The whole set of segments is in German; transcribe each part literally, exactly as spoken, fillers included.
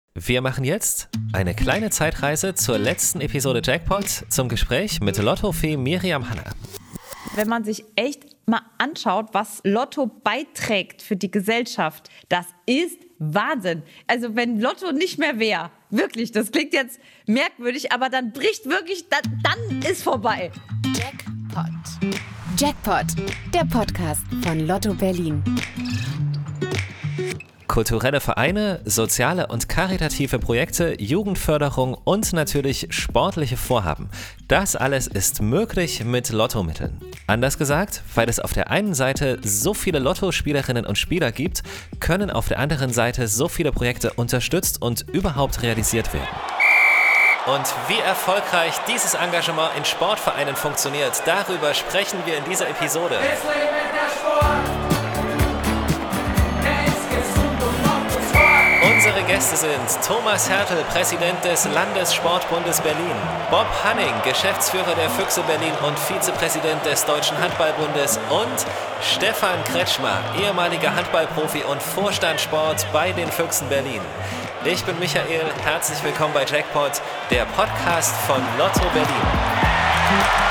Wir machen jetzt eine kleine Zeitreise zur letzten Episode Jackpot zum Gespräch mit Lottofee Miriam Hanna. Wenn man sich echt mal anschaut, was Lotto beiträgt für die Gesellschaft, das ist Wahnsinn. Also wenn Lotto nicht mehr wäre, wirklich, das klingt jetzt merkwürdig, aber dann bricht wirklich, dann, dann ist vorbei. Jackpot. Jackpot, der Podcast von Lotto Berlin. Kulturelle Vereine, soziale und karitative Projekte, Jugendförderung und natürlich sportliche Vorhaben. Das alles ist möglich mit Lottomitteln. Anders gesagt, weil es auf der einen Seite so viele Lottospielerinnen und Spieler gibt, können auf der anderen Seite so viele Projekte unterstützt und überhaupt realisiert werden. Und wie erfolgreich dieses Engagement in Sportvereinen funktioniert, darüber sprechen wir in dieser Episode. Es lebt der Sport. Unsere Gäste sind Thomas Hertel, Präsident des Landessportbundes Berlin, Bob Hanning, Geschäftsführer der Füchse Berlin und Vizepräsident des Deutschen Handballbundes und Stefan Kretschmer, ehemaliger Handballprofi und Vorstand Sport bei den Füchsen Berlin. Ich bin Michael, herzlich willkommen bei Jackpot, der Podcast von Lotto Berlin.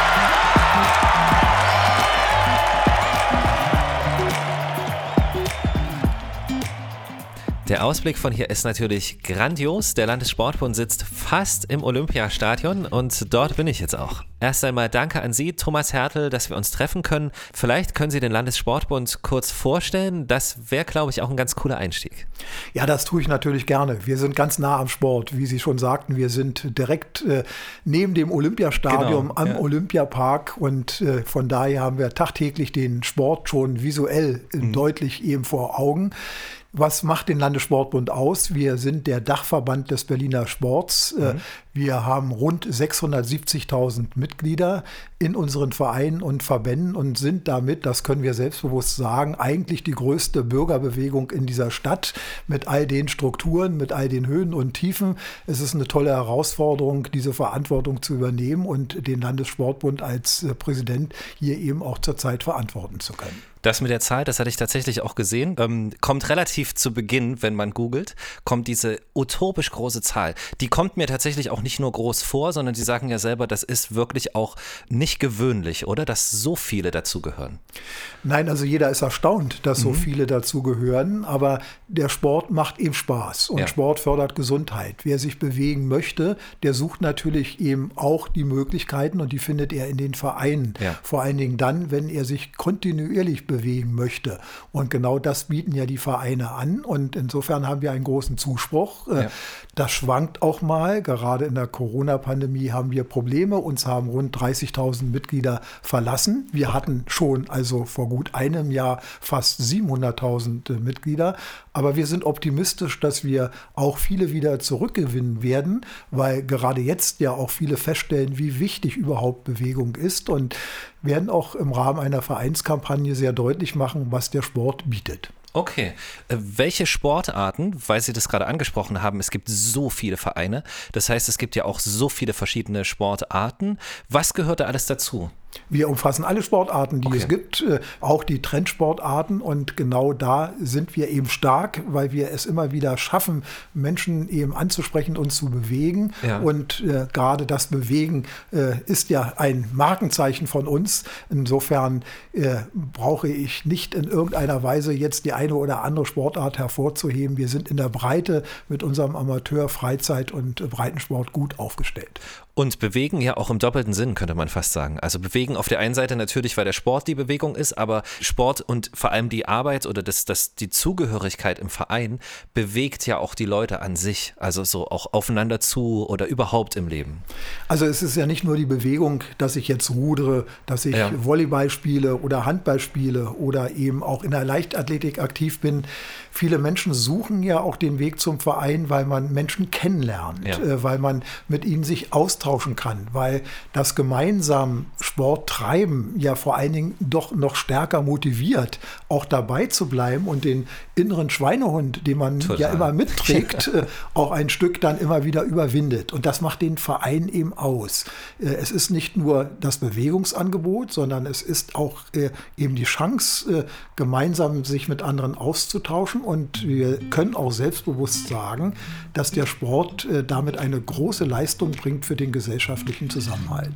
Der Ausblick von hier ist natürlich grandios. Der Landessportbund sitzt fast im Olympiastadion und dort bin ich jetzt auch. Erst einmal danke an Sie, Thomas Hertel, dass wir uns treffen können. Vielleicht können Sie den Landessportbund kurz vorstellen. Das wäre, glaube ich, auch ein ganz cooler Einstieg. Ja, das tue ich natürlich gerne. Wir sind ganz nah am Sport. Wie Sie schon sagten, wir sind direkt äh, neben dem Olympiastadion genau, am ja. Olympiapark und äh, von daher haben wir tagtäglich den Sport schon visuell mhm. deutlich eben vor Augen. Was macht den Landessportbund aus? Wir sind der Dachverband des Berliner Sports. Mhm. Wir haben rund sechshundertsiebzigtausend Mitglieder in unseren Vereinen und Verbänden und sind damit, das können wir selbstbewusst sagen, eigentlich die größte Bürgerbewegung in dieser Stadt mit all den Strukturen, mit all den Höhen und Tiefen. Es ist eine tolle Herausforderung, diese Verantwortung zu übernehmen und den Landessportbund als Präsident hier eben auch zurzeit verantworten zu können. Das mit der Zahl, das hatte ich tatsächlich auch gesehen, ähm, kommt relativ zu Beginn, wenn man googelt, kommt diese utopisch große Zahl. Die kommt mir tatsächlich auch nicht nur groß vor, sondern Sie sagen ja selber, das ist wirklich auch nicht gewöhnlich, oder? Dass so viele dazugehören. Nein, also jeder ist erstaunt, dass so mhm. viele dazugehören, aber der Sport macht eben Spaß und ja. Sport fördert Gesundheit. Wer sich bewegen möchte, der sucht natürlich eben auch die Möglichkeiten und die findet er in den Vereinen. Ja. Vor allen Dingen dann, wenn er sich kontinuierlich bewegen möchte. Und genau das bieten ja die Vereine an. Und insofern haben wir einen großen Zuspruch. Ja. Das schwankt auch mal. Gerade in der Corona-Pandemie haben wir Probleme. Uns haben rund dreißigtausend Mitglieder verlassen. Wir hatten schon also vor gut einem Jahr fast siebenhunderttausend Mitglieder. Aber wir sind optimistisch, dass wir auch viele wieder zurückgewinnen werden, weil gerade jetzt ja auch viele feststellen, wie wichtig überhaupt Bewegung ist und werden auch im Rahmen einer Vereinskampagne sehr deutlich machen, was der Sport bietet. Okay. Welche Sportarten, weil Sie das gerade angesprochen haben, es gibt so viele Vereine, das heißt, es gibt ja auch so viele verschiedene Sportarten. Was gehört da alles dazu? Wir umfassen alle Sportarten, die okay. es gibt, äh, auch die Trendsportarten und genau da sind wir eben stark, weil wir es immer wieder schaffen, Menschen eben anzusprechen und zu bewegen ja. und äh, gerade das Bewegen äh, ist ja ein Markenzeichen von uns. Insofern äh, brauche ich nicht in irgendeiner Weise jetzt die eine oder andere Sportart hervorzuheben. Wir sind in der Breite mit unserem Amateur-, Freizeit- und äh, Breitensport gut aufgestellt. Und bewegen ja auch im doppelten Sinn, könnte man fast sagen. Also bewegen auf der einen Seite natürlich, weil der Sport die Bewegung ist, aber Sport und vor allem die Arbeit oder das, das, die Zugehörigkeit im Verein bewegt ja auch die Leute an sich, also so auch aufeinander zu oder überhaupt im Leben. Also es ist ja nicht nur die Bewegung, dass ich jetzt rudere, dass ich ja. Volleyball spiele oder Handball spiele oder eben auch in der Leichtathletik aktiv bin. Viele Menschen suchen ja auch den Weg zum Verein, weil man Menschen kennenlernt, ja. äh, weil man mit ihnen sich austauschen kann, weil das gemeinsam Sport Sport treiben, ja vor allen Dingen doch noch stärker motiviert, auch dabei zu bleiben und den inneren Schweinehund, den man Total. ja immer mitträgt, auch ein Stück dann immer wieder überwindet. Und das macht den Verein eben aus. Es ist nicht nur das Bewegungsangebot, sondern es ist auch eben die Chance, gemeinsam sich mit anderen auszutauschen. Und wir können auch selbstbewusst sagen, dass der Sport damit eine große Leistung bringt für den gesellschaftlichen Zusammenhalt.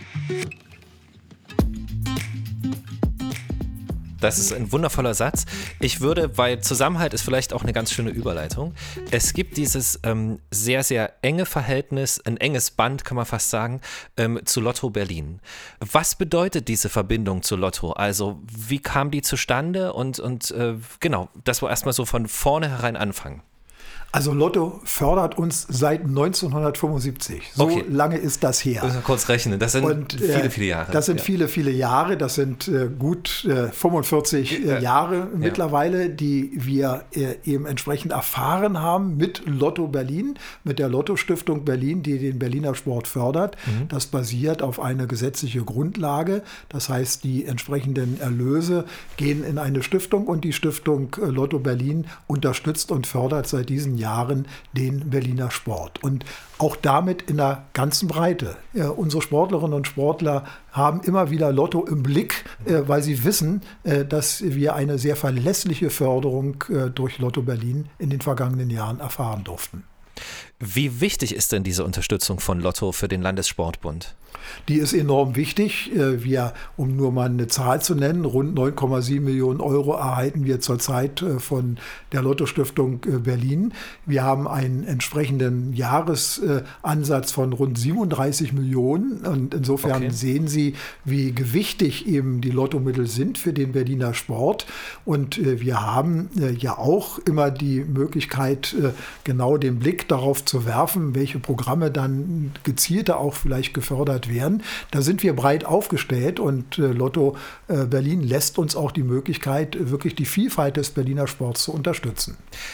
Das ist ein wundervoller Satz. Ich würde, weil Zusammenhalt ist vielleicht auch eine ganz schöne Überleitung. Es gibt dieses ähm, sehr, sehr enge Verhältnis, ein enges Band, kann man fast sagen, ähm, zu Lotto Berlin. Was bedeutet diese Verbindung zu Lotto? Also wie kam die zustande? Und, und äh, genau, das war erstmal so von vornherein anfangen. Also Lotto fördert uns seit neunzehnhundertfünfundsiebzig. So okay. lange ist das her. Müssen wir kurz rechnen. Das sind Und, viele, äh, viele Jahre. Das sind ja. viele, viele Jahre. Das sind äh, gut äh, fünfundvierzig äh, Jahre ja. mittlerweile, die wir äh, eben entsprechend erfahren haben mit Lotto Berlin, mit der Lotto-Stiftung Berlin, die den Berliner Sport fördert. Mhm. Das basiert auf eine gesetzliche Grundlage. Das heißt, die entsprechenden Erlöse gehen in eine Stiftung und die Stiftung äh, Lotto Berlin unterstützt und fördert seit diesen Jahren den Berliner Sport. Und auch damit in der ganzen Breite. Ja, unsere Sportlerinnen und Sportler haben immer wieder Lotto im Blick, äh, weil sie wissen, äh, dass wir eine sehr verlässliche Förderung äh, durch Lotto Berlin in den vergangenen Jahren erfahren durften. Wie wichtig ist denn diese Unterstützung von Lotto für den Landessportbund? Die ist enorm wichtig. Wir, um nur mal eine Zahl zu nennen, rund neun Komma sieben Millionen Euro erhalten wir zurzeit von der Lotto-Stiftung Berlin. Wir haben einen entsprechenden Jahresansatz von rund siebenunddreißig Millionen. Und insofern okay. sehen Sie, wie gewichtig eben die Lottomittel sind für den Berliner Sport. Und wir haben ja auch immer die Möglichkeit, genau den Blick darauf zu werfen, welche Programme dann gezielter auch vielleicht gefördert werden. Da sind wir breit aufgestellt und äh, Lotto äh, Berlin lässt uns auch die Möglichkeit, wirklich die Vielfalt des Berliner Sports zu unterstützen.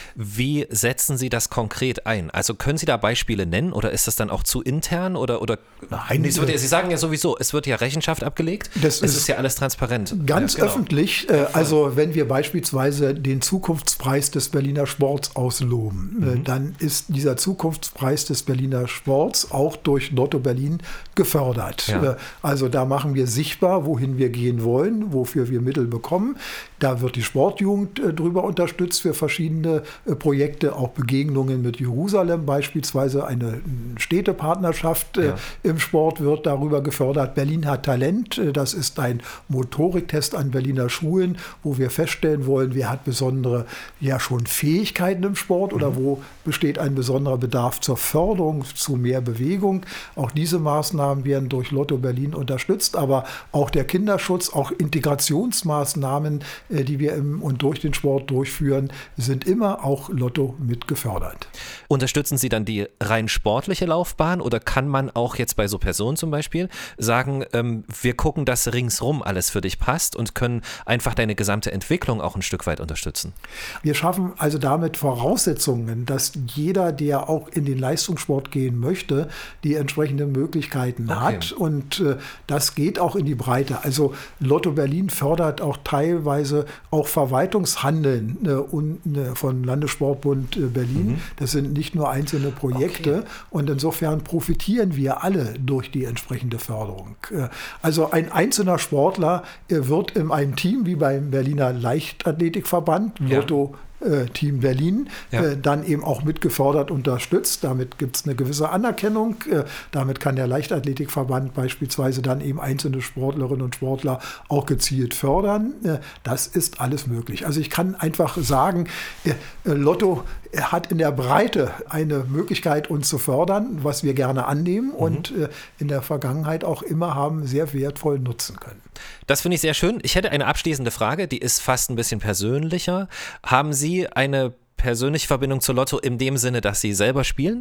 Wie setzen Sie das konkret ein? Also können Sie da Beispiele nennen oder ist das dann auch zu intern? Oder, oder Nein, es wird ja, Sie sagen ja sowieso, es wird ja Rechenschaft abgelegt. Das es ist, ist ja alles transparent. Ganz ja, genau. öffentlich. Äh, also wenn wir beispielsweise den Zukunftspreis des Berliner Sports ausloben, mhm. äh, dann ist dieser Zukunftspreis des Berliner Sports auch durch Lotto Berlin gefördert. Ja. Also da machen wir sichtbar, wohin wir gehen wollen, wofür wir Mittel bekommen. Da wird die Sportjugend äh, drüber unterstützt für verschiedene äh, Projekte, auch Begegnungen mit Jerusalem beispielsweise. Eine Städtepartnerschaft äh, ja. im Sport wird darüber gefördert. Berlin hat Talent. Äh, das ist ein Motoriktest an Berliner Schulen, wo wir feststellen wollen, wer hat besondere ja schon Fähigkeiten im Sport oder mhm. wo besteht ein besonderer Bedarf zur Förderung, zu mehr Bewegung. Auch diese Maßnahmen werden durch Lotto Berlin unterstützt, aber auch der Kinderschutz, auch Integrationsmaßnahmen, die wir im und durch den Sport durchführen, sind immer auch Lotto mit gefördert. Unterstützen Sie dann die rein sportliche Laufbahn oder kann man auch jetzt bei so Personen zum Beispiel sagen, ähm, wir gucken, dass ringsrum alles für dich passt und können einfach deine gesamte Entwicklung auch ein Stück weit unterstützen? Wir schaffen also damit Voraussetzungen, dass jeder, der auch in den Leistungssport gehen möchte, die entsprechenden Möglichkeiten okay. hat und äh, das geht auch in die Breite. Also Lotto Berlin fördert auch teilweise auch Verwaltungshandeln äh, und, äh, von Landessportbund äh, Berlin. Mhm. Das sind nicht nur einzelne Projekte okay. und insofern profitieren wir alle durch die entsprechende Förderung. Äh, also ein einzelner Sportler äh, wird in einem Team wie beim Berliner Leichtathletikverband, ja. Lotto Team Berlin, ja. äh, dann eben auch mitgefördert, unterstützt. Damit gibt es eine gewisse Anerkennung. Äh, damit kann der Leichtathletikverband beispielsweise dann eben einzelne Sportlerinnen und Sportler auch gezielt fördern. Äh, das ist alles möglich. Also ich kann einfach sagen, äh, Lotto hat in der Breite eine Möglichkeit, uns zu fördern, was wir gerne annehmen mhm. und äh, in der Vergangenheit auch immer haben sehr wertvoll nutzen können. Das finde ich sehr schön. Ich hätte eine abschließende Frage, die ist fast ein bisschen persönlicher. Haben Sie eine persönliche Verbindung zu Lotto in dem Sinne, dass Sie selber spielen?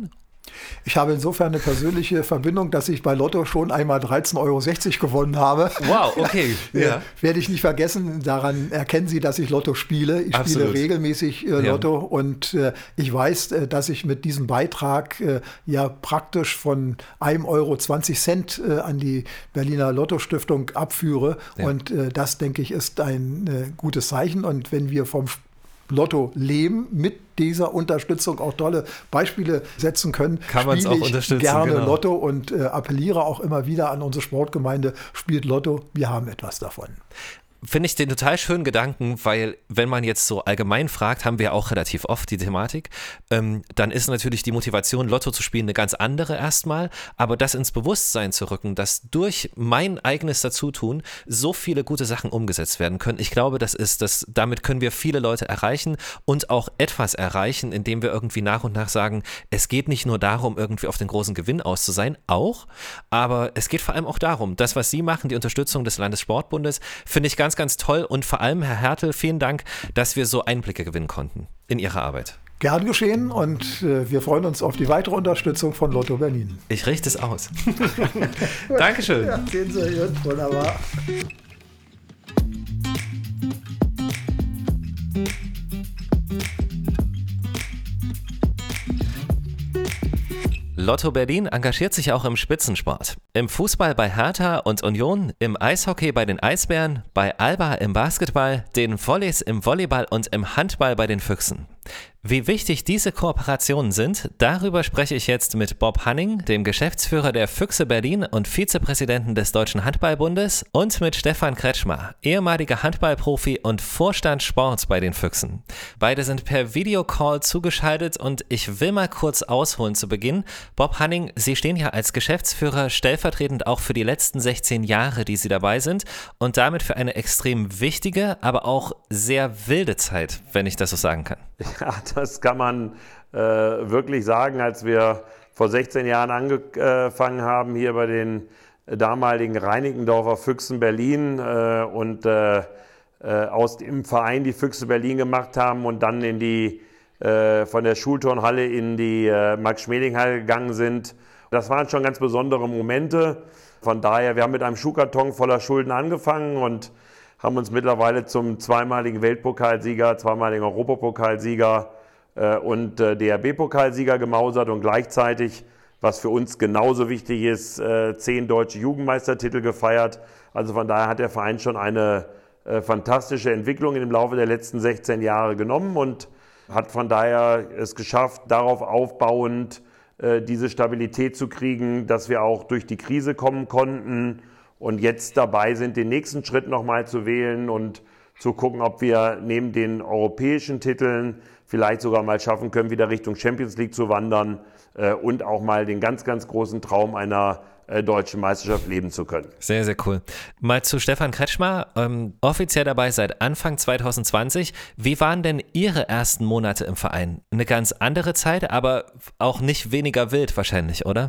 Ich habe insofern eine persönliche Verbindung, dass ich bei Lotto schon einmal dreizehn Euro sechzig gewonnen habe. Wow, okay. Ja. Werde ich nicht vergessen. Daran erkennen Sie, dass ich Lotto spiele. Ich Absolut. spiele regelmäßig äh, Lotto ja. und äh, ich weiß, äh, dass ich mit diesem Beitrag äh, ja praktisch von einem Euro zwanzig Cent äh, an die Berliner Lotto-Stiftung abführe. Ja. Und äh, das, denke ich, ist ein äh, gutes Zeichen. Und wenn wir vom Lotto leben, mit dieser Unterstützung auch tolle Beispiele setzen können, kann man es auch unterstützen. Gerne genau. Lotto und äh, appelliere auch immer wieder an unsere Sportgemeinde, spielt Lotto, wir haben etwas davon. Finde ich den total schönen Gedanken, weil wenn man jetzt so allgemein fragt, haben wir auch relativ oft die Thematik, ähm, dann ist natürlich die Motivation, Lotto zu spielen, eine ganz andere erstmal, aber das ins Bewusstsein zu rücken, dass durch mein eigenes Dazutun so viele gute Sachen umgesetzt werden können. Ich glaube, das ist das, damit können wir viele Leute erreichen und auch etwas erreichen, indem wir irgendwie nach und nach sagen, es geht nicht nur darum, irgendwie auf den großen Gewinn aus zu sein, auch, aber es geht vor allem auch darum, das, was Sie machen, die Unterstützung des Landessportbundes, finde ich ganz ganz toll und vor allem, Herr Hertel, vielen Dank, dass wir so Einblicke gewinnen konnten in Ihre Arbeit. Gern geschehen und äh, wir freuen uns auf die weitere Unterstützung von Lotto Berlin. Ich richte es aus. Dankeschön. Ja, sehen Sie, Jürgen, wunderbar. Lotto Berlin engagiert sich auch im Spitzensport. Im Fußball bei Hertha und Union, im Eishockey bei den Eisbären, bei Alba im Basketball, den Volleys im Volleyball und im Handball bei den Füchsen. Wie wichtig diese Kooperationen sind, darüber spreche ich jetzt mit Bob Hanning, dem Geschäftsführer der Füchse Berlin und Vizepräsidenten des Deutschen Handballbundes, und mit Stefan Kretschmer, ehemaliger Handballprofi und Vorstand Sport bei den Füchsen. Beide sind per Videocall zugeschaltet und ich will mal kurz ausholen zu Beginn. Bob Hanning, Sie stehen ja als Geschäftsführer stellvertretend auch für die letzten sechzehn Jahre, die Sie dabei sind und damit für eine extrem wichtige, aber auch sehr wilde Zeit, wenn ich das so sagen kann. Ja, das kann man äh, wirklich sagen. Als wir vor sechzehn Jahren angefangen haben, hier bei den damaligen Reinickendorfer Füchsen Berlin äh, und äh, äh, aus dem Verein die Füchse Berlin gemacht haben und dann in die, äh, von der Schulturnhalle in die äh, Max-Schmeling-Halle gegangen sind. Das waren schon ganz besondere Momente. Von daher, wir haben mit einem Schuhkarton voller Schulden angefangen und haben uns mittlerweile zum zweimaligen Weltpokalsieger, zweimaligen Europapokalsieger äh, und äh, D R B-Pokalsieger gemausert und gleichzeitig, was für uns genauso wichtig ist, äh, zehn deutsche Jugendmeistertitel gefeiert. Also von daher hat der Verein schon eine äh, fantastische Entwicklung im Laufe der letzten sechzehn Jahre genommen und hat von daher es geschafft, darauf aufbauend äh, diese Stabilität zu kriegen, dass wir auch durch die Krise kommen konnten. Und jetzt dabei sind, den nächsten Schritt nochmal zu wählen und zu gucken, ob wir neben den europäischen Titeln vielleicht sogar mal schaffen können, wieder Richtung Champions League zu wandern äh, und auch mal den ganz, ganz großen Traum einer äh, deutschen Meisterschaft leben zu können. Sehr, sehr cool. Mal zu Stefan Kretschmer, ähm, offiziell dabei seit Anfang zwanzig zwanzig. Wie waren denn Ihre ersten Monate im Verein? Eine ganz andere Zeit, aber auch nicht weniger wild wahrscheinlich, oder?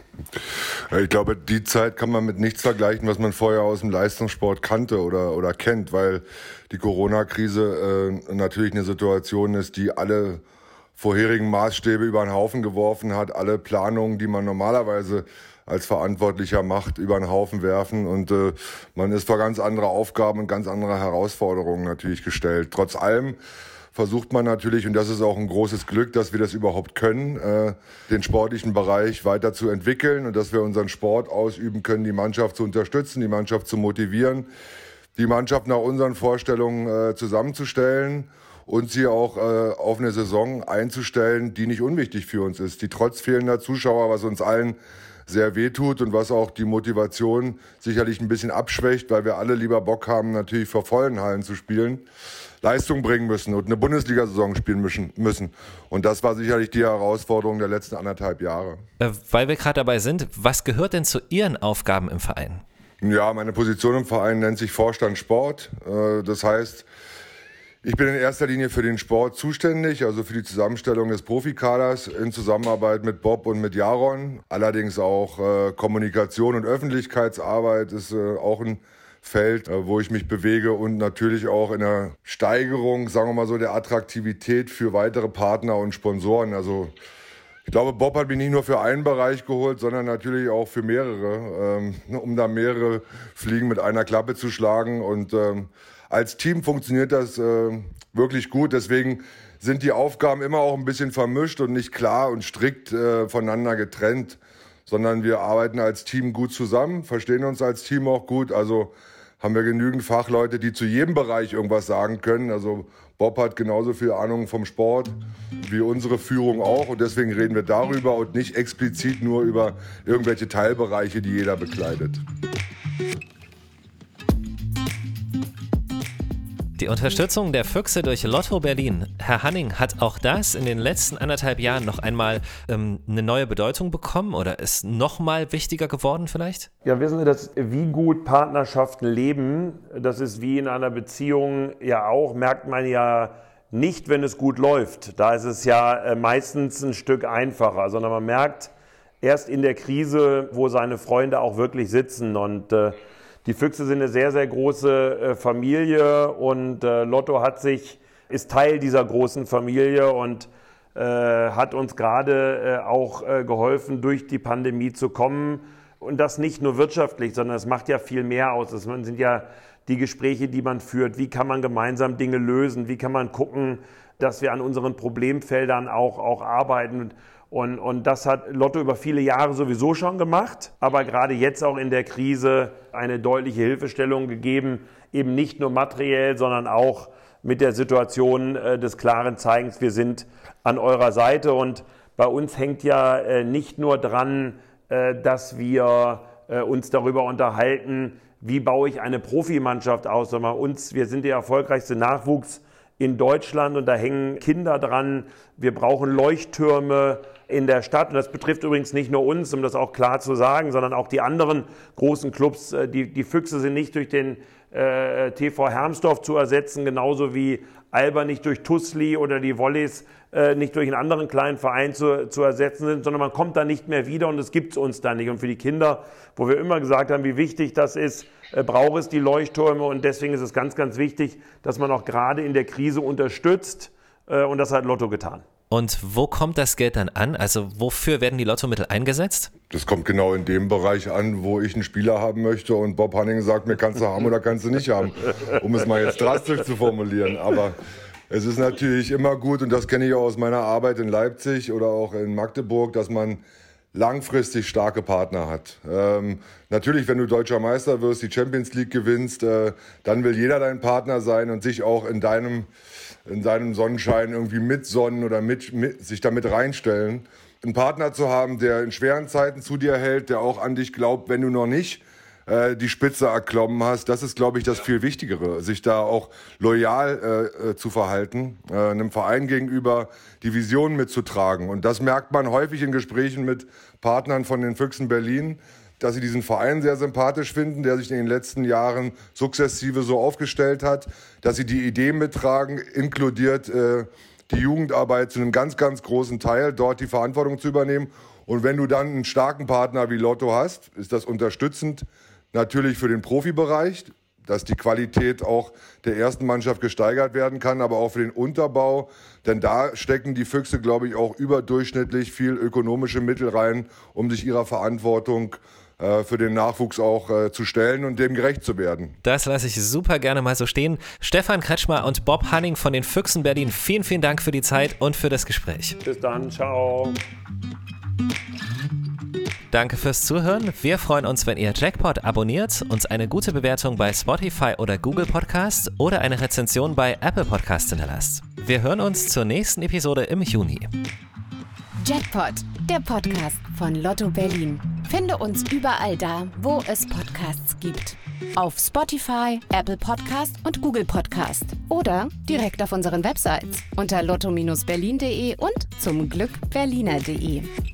Ich glaube, die Zeit kann man mit nichts vergleichen, was man vorher aus dem Leistungssport kannte oder, oder kennt, weil die Corona-Krise äh, natürlich eine Situation ist, die alle vorherigen Maßstäbe über den Haufen geworfen hat, alle Planungen, die man normalerweise als Verantwortlicher macht, über den Haufen werfen und äh, man ist vor ganz andere Aufgaben und ganz andere Herausforderungen natürlich gestellt. Trotz allem versucht man natürlich, und das ist auch ein großes Glück, dass wir das überhaupt können, äh, den sportlichen Bereich weiter zu entwickeln und dass wir unseren Sport ausüben können, die Mannschaft zu unterstützen, die Mannschaft zu motivieren, die Mannschaft nach unseren Vorstellungen äh, zusammenzustellen und sie auch äh, auf eine Saison einzustellen, die nicht unwichtig für uns ist, die trotz fehlender Zuschauer, was uns allen sehr wehtut und was auch die Motivation sicherlich ein bisschen abschwächt, weil wir alle lieber Bock haben, natürlich vor vollen Hallen zu spielen, Leistung bringen müssen und eine Bundesliga-Saison spielen müssen. Und das war sicherlich die Herausforderung der letzten anderthalb Jahre. Äh, weil wir gerade dabei sind, was gehört denn zu Ihren Aufgaben im Verein? Ja, meine Position im Verein nennt sich Vorstand Sport. Äh, das heißt, ich bin in erster Linie für den Sport zuständig, also für die Zusammenstellung des Profikaders in Zusammenarbeit mit Bob und mit Jaron. Allerdings auch äh, Kommunikation und Öffentlichkeitsarbeit ist äh, auch ein Feld, äh, wo ich mich bewege und natürlich auch in der Steigerung, sagen wir mal so, der Attraktivität für weitere Partner und Sponsoren. Also Ich glaube, Bob hat mich nicht nur für einen Bereich geholt, sondern natürlich auch für mehrere, ähm, um da mehrere Fliegen mit einer Klappe zu schlagen. Und ähm, als Team funktioniert das äh, wirklich gut. Deswegen sind die Aufgaben immer auch ein bisschen vermischt und nicht klar und strikt äh, voneinander getrennt, sondern wir arbeiten als Team gut zusammen, verstehen uns als Team auch gut. Also haben wir genügend Fachleute, die zu jedem Bereich irgendwas sagen können. Also Bob hat genauso viel Ahnung vom Sport wie unsere Führung auch. Und deswegen reden wir darüber und nicht explizit nur über irgendwelche Teilbereiche, die jeder bekleidet. Die Unterstützung der Füchse durch Lotto Berlin. Herr Hanning, hat auch das in den letzten anderthalb Jahren noch einmal ähm, eine neue Bedeutung bekommen oder ist noch mal wichtiger geworden vielleicht? Ja, wissen Sie, dass, wie gut Partnerschaften leben, das ist wie in einer Beziehung ja auch, merkt man ja nicht, wenn es gut läuft. Da ist es ja äh, meistens ein Stück einfacher, sondern man merkt erst in der Krise, wo seine Freunde auch wirklich sitzen. Und äh, die Füchse sind eine sehr, sehr große äh, Familie und äh, Lotto hat sich, ist Teil dieser großen Familie und äh, hat uns gerade äh, auch äh, geholfen, durch die Pandemie zu kommen. Und das nicht nur wirtschaftlich, sondern es macht ja viel mehr aus. Das sind ja die Gespräche, die man führt. Wie kann man gemeinsam Dinge lösen? Wie kann man gucken, dass wir an unseren Problemfeldern auch, auch arbeiten? Und, und das hat Lotto über viele Jahre sowieso schon gemacht, aber gerade jetzt auch in der Krise eine deutliche Hilfestellung gegeben, eben nicht nur materiell, sondern auch mit der Situation äh, des klaren Zeigens, wir sind an eurer Seite. Und bei uns hängt ja äh, nicht nur dran, äh, dass wir äh, uns darüber unterhalten, wie baue ich eine Profimannschaft aus, sondern bei uns, wir sind der erfolgreichste Nachwuchs in Deutschland und da hängen Kinder dran. Wir brauchen Leuchttürme in der Stadt und das betrifft übrigens nicht nur uns, um das auch klar zu sagen, sondern auch die anderen großen Clubs. Die, die Füchse sind nicht durch den äh, T V Hermsdorf zu ersetzen, genauso wie Alba nicht durch Tussli oder die Wolleys äh, nicht durch einen anderen kleinen Verein zu, zu ersetzen sind, sondern man kommt da nicht mehr wieder und es gibt es uns da nicht. Und für die Kinder, wo wir immer gesagt haben, wie wichtig das ist, äh, braucht es die Leuchttürme und deswegen ist es ganz, ganz wichtig, dass man auch gerade in der Krise unterstützt äh, und das hat Lotto getan. Und wo kommt das Geld dann an? Also wofür werden die Lottomittel eingesetzt? Das kommt genau in dem Bereich an, wo ich einen Spieler haben möchte und Bob Hanning sagt mir, kannst du haben oder kannst du nicht haben, um es mal jetzt drastisch zu formulieren. Aber es ist natürlich immer gut, und das kenne ich auch aus meiner Arbeit in Leipzig oder auch in Magdeburg, dass man langfristig starke Partner hat. Ähm, natürlich, wenn du deutscher Meister wirst, die Champions League gewinnst, äh, dann will jeder dein Partner sein und sich auch in deinem in seinem Sonnenschein irgendwie mitsonnen oder mit, mit, sich damit reinstellen. Einen Partner zu haben, der in schweren Zeiten zu dir hält, der auch an dich glaubt, wenn du noch nicht äh, die Spitze erklommen hast, das ist, glaube ich, das viel Wichtigere, sich da auch loyal äh, zu verhalten, äh, einem Verein gegenüber die Vision mitzutragen. Und das merkt man häufig in Gesprächen mit Partnern von den Füchsen Berlin, dass sie diesen Verein sehr sympathisch finden, der sich in den letzten Jahren sukzessive so aufgestellt hat, dass sie die Idee mittragen, inkludiert äh, die Jugendarbeit zu einem ganz, ganz großen Teil, dort die Verantwortung zu übernehmen. Und wenn du dann einen starken Partner wie Lotto hast, ist das unterstützend natürlich für den Profibereich, dass die Qualität auch der ersten Mannschaft gesteigert werden kann, aber auch für den Unterbau. Denn da stecken die Füchse, glaube ich, auch überdurchschnittlich viel ökonomische Mittel rein, um sich ihrer Verantwortung für den Nachwuchs auch äh, zu stellen und dem gerecht zu werden. Das lasse ich super gerne mal so stehen. Stefan Kretschmer und Bob Hanning von den Füchsen Berlin, vielen, vielen Dank für die Zeit und für das Gespräch. Bis dann, ciao. Danke fürs Zuhören. Wir freuen uns, wenn ihr Jackpot abonniert, uns eine gute Bewertung bei Spotify oder Google Podcast oder eine Rezension bei Apple Podcast hinterlasst. Wir hören uns zur nächsten Episode im Juni. Jackpot, der Podcast von Lotto Berlin. Finde uns überall da, wo es Podcasts gibt. Auf Spotify, Apple Podcast und Google Podcast. Oder direkt auf unseren Websites unter lotto Bindestrich berlin punkt de und zum Glück berliner punkt de.